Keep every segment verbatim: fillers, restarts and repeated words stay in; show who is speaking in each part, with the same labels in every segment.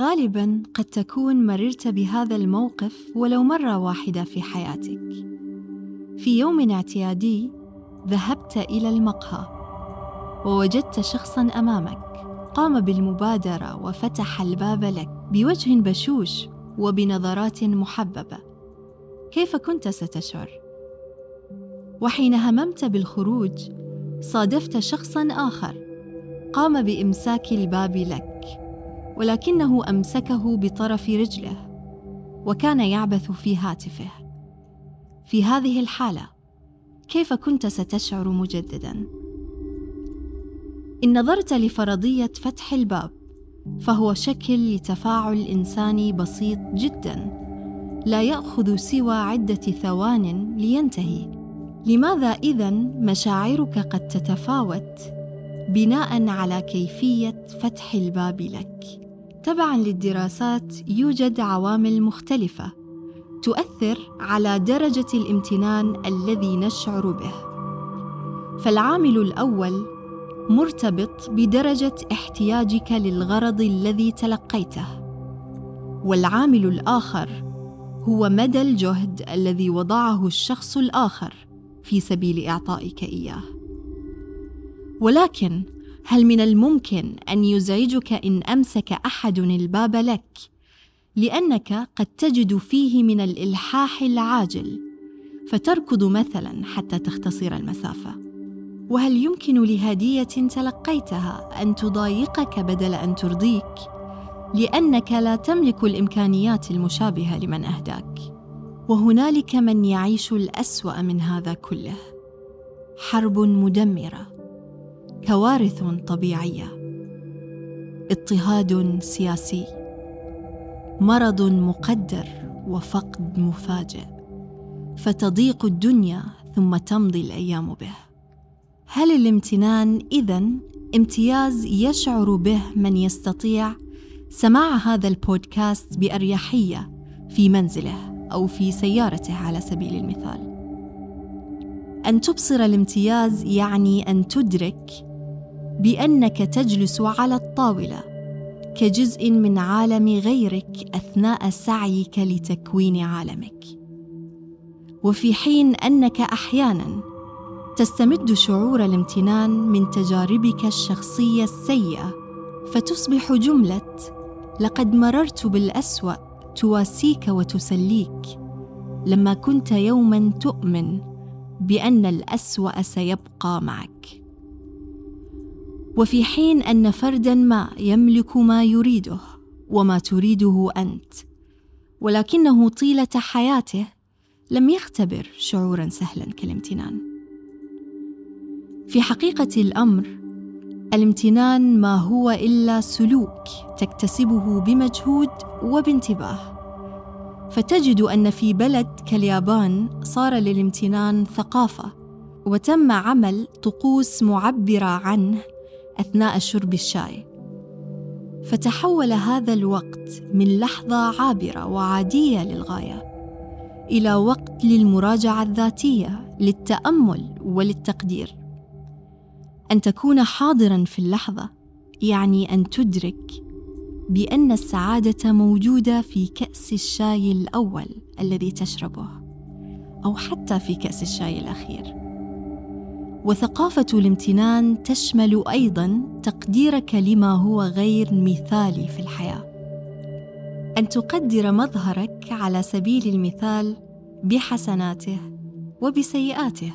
Speaker 1: غالباً قد تكون مررت بهذا الموقف ولو مرة واحدة في حياتك. في يوم اعتيادي ذهبت إلى المقهى ووجدت شخصاً أمامك قام بالمبادرة وفتح الباب لك بوجه بشوش وبنظرات محببة. كيف كنت ستشعر؟ وحين هممت بالخروج صادفت شخصاً آخر قام بإمساك الباب لك، ولكنه أمسكه بطرف رجله وكان يعبث في هاتفه. في هذه الحالة كيف كنت ستشعر مجدداً؟ إن نظرت لفرضية فتح الباب فهو شكل لتفاعل إنساني بسيط جداً لا يأخذ سوى عدة ثوان لينتهي. لماذا إذن مشاعرك قد تتفاوت بناء على كيفية فتح الباب لك؟ تبعاً للدراسات يوجد عوامل مختلفة تؤثر على درجة الامتنان الذي نشعر به. فالعامل الأول مرتبط بدرجة احتياجك للغرض الذي تلقيته، والعامل الآخر هو مدى الجهد الذي وضعه الشخص الآخر في سبيل إعطائك إياه. ولكن هل من الممكن أن يزعجك إن أمسك أحد الباب لك لأنك قد تجد فيه من الإلحاح العاجل فتركض مثلاً حتى تختصر المسافة؟ وهل يمكن لهدية تلقيتها أن تضايقك بدل أن ترضيك لأنك لا تملك الإمكانيات المشابهة لمن أهداك؟ وهنالك من يعيش الأسوأ من هذا كله: حرب مدمرة، كوارث طبيعية، اضطهاد سياسي، مرض مقدر وفقد مفاجئ، فتضيق الدنيا ثم تمضي الأيام به. هل الامتنان إذن امتياز يشعر به من يستطيع سماع هذا البودكاست بأريحية في منزله أو في سيارته على سبيل المثال؟ أن تبصر الامتياز يعني أن تدرك بأنك تجلس على الطاولة كجزء من عالم غيرك أثناء سعيك لتكوين عالمك. وفي حين أنك أحياناً تستمد شعور الامتنان من تجاربك الشخصية السيئة، فتصبح جملة لقد مررت بالأسوأ تواسيك وتسليك لما كنت يوماً تؤمن بأن الأسوأ سيبقى معك. وفي حين أن فرداً ما يملك ما يريده وما تريده أنت، ولكنه طيلة حياته لم يختبر شعوراً سهلاً كالامتنان. في حقيقة الأمر الامتنان ما هو إلا سلوك تكتسبه بمجهود وبانتباه. فتجد أن في بلد كاليابان صار للامتنان ثقافة، وتم عمل طقوس معبرة عنه أثناء شرب الشاي. فتحول هذا الوقت من لحظة عابرة وعادية للغاية إلى وقت للمراجعة الذاتية، للتأمل وللتقدير. أن تكون حاضراً في اللحظة يعني أن تدرك بأن السعادة موجودة في كأس الشاي الأول الذي تشربه، أو حتى في كأس الشاي الأخير. وثقافة الامتنان تشمل أيضاً تقديرك لما هو غير مثالي في الحياة. أن تقدر مظهرك على سبيل المثال بحسناته وبسيئاته.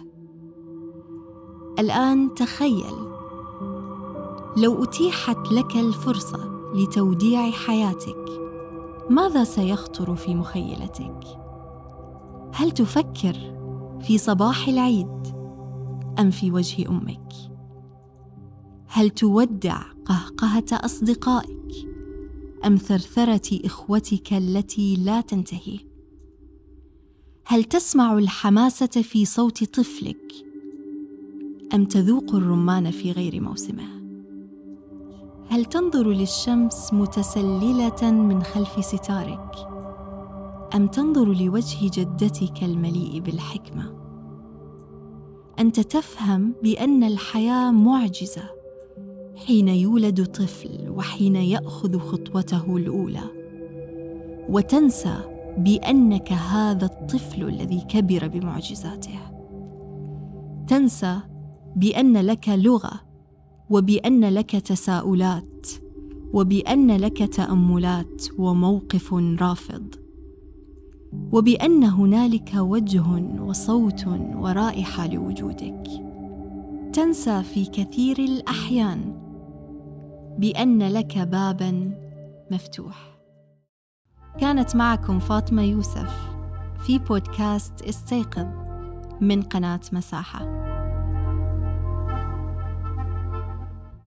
Speaker 1: الآن تخيل لو أتيحت لك الفرصة لتوديع حياتك، ماذا سيخطر في مخيلتك؟ هل تفكر في صباح العيد أم في وجه أمك؟ هل تودع قهقهة أصدقائك أم ثرثرة إخوتك التي لا تنتهي؟ هل تسمع الحماسة في صوت طفلك أم تذوق الرمان في غير موسمه؟ هل تنظر للشمس متسللة من خلف ستارك أم تنظر لوجه جدتك المليء بالحكمة؟ أنت تفهم بأن الحياة معجزة حين يولد طفل وحين يأخذ خطوته الأولى، وتنسى بأنك هذا الطفل الذي كبر بمعجزاته. تنسى بأن لك لغة، وبأن لك تساؤلات، وبأن لك تأملات وموقف رافض، وبأن هنالك وجه وصوت ورائحة لوجودك. تنسى في كثير الأحيان بأن لك باباً مفتوح. كانت معكم فاطمة يوسف في بودكاست استيقظ من قناة مساحة.